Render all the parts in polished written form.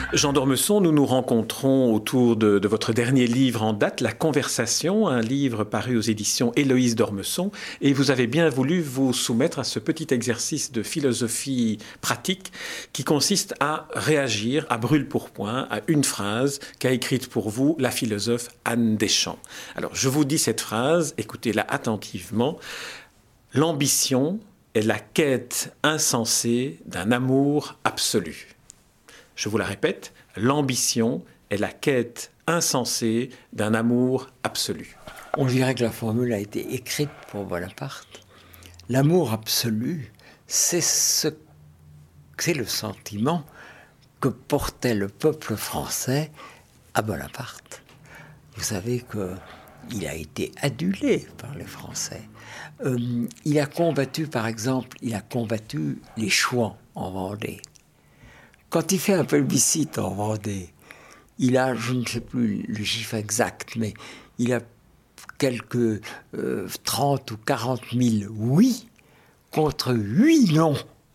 Jean d'Ormesson, nous nous rencontrons autour de votre dernier livre en date, La Conversation, un livre paru aux éditions Héloïse d'Ormesson, et vous avez bien voulu vous soumettre à ce petit exercice de philosophie pratique qui consiste à réagir à brûle-pourpoint à une phrase qu'a écrite pour vous la philosophe Anne Deschamps. Alors, je vous dis cette phrase, écoutez-la attentivement. L'ambition est la quête insensée d'un amour absolu. Je vous la répète, l'ambition est la quête insensée d'un amour absolu. On dirait que la formule a été écrite pour Bonaparte. L'amour absolu, c'est le sentiment que portait le peuple français à Bonaparte. Vous savez qu'il a été adulé par les Français. Il a combattu, par exemple, les Chouans en Vendée. Quand il fait un plébiscite en Vendée, il a, je ne sais plus le chiffre exact, mais il a quelques 30 ou 40 000 oui contre 8 non.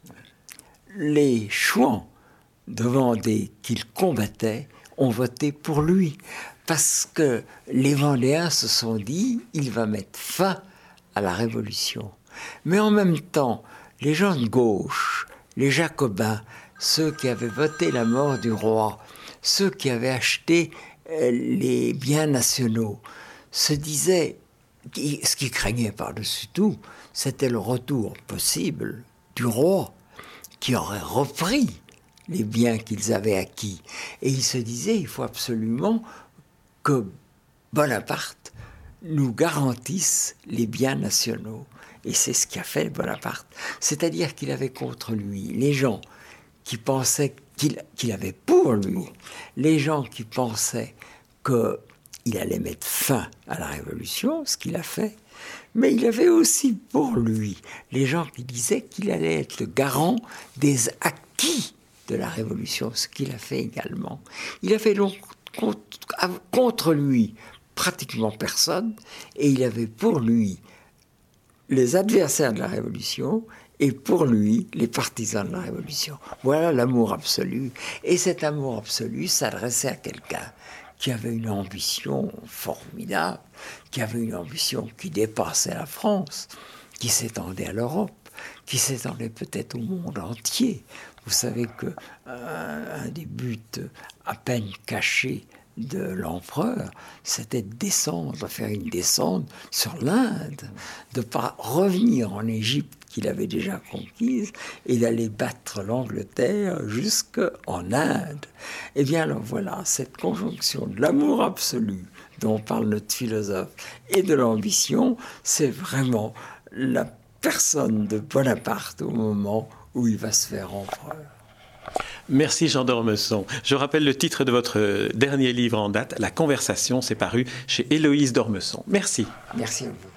Les Chouans de Vendée qu'il combattait ont voté pour lui parce que les Vendéens se sont dit il va mettre fin à la Révolution. Mais en même temps, les gens de gauche, les Jacobins, ceux qui avaient voté la mort du roi, ceux qui avaient acheté les biens nationaux, se disaient, ce qu'ils craignaient par-dessus tout, c'était le retour possible du roi qui aurait repris les biens qu'ils avaient acquis. Et ils se disaient, il faut absolument que Bonaparte nous garantisse les biens nationaux. Et c'est ce qu'a fait Bonaparte. C'est-à-dire qu'il avait contre lui les gens qui pensaient qu'il avait pour lui, les gens qui pensaient qu'il allait mettre fin à la Révolution, ce qu'il a fait, mais il avait aussi pour lui les gens qui disaient qu'il allait être le garant des acquis de la Révolution, ce qu'il a fait également. Il a fait donc contre lui pratiquement personne, et il avait pour lui les adversaires de la Révolution et pour lui, les partisans de la Révolution. Voilà l'amour absolu. Et cet amour absolu s'adressait à quelqu'un qui avait une ambition formidable, qui avait une ambition qui dépassait la France, qui s'étendait à l'Europe, qui s'étendait peut-être au monde entier. Vous savez qu'un des buts à peine cachés de l'empereur, c'était de descendre, de faire une descente sur l'Inde, de ne pas revenir en Égypte qu'il avait déjà conquise et d'aller battre l'Angleterre jusqu'en Inde. Eh bien, alors voilà, cette conjonction de l'amour absolu dont parle notre philosophe et de l'ambition, c'est vraiment la personne de Bonaparte au moment où il va se faire empereur. Merci Jean d'Ormesson. Je rappelle le titre de votre dernier livre en date, La Conversation, c'est paru chez Héloïse d'Ormesson. Merci. Merci à vous.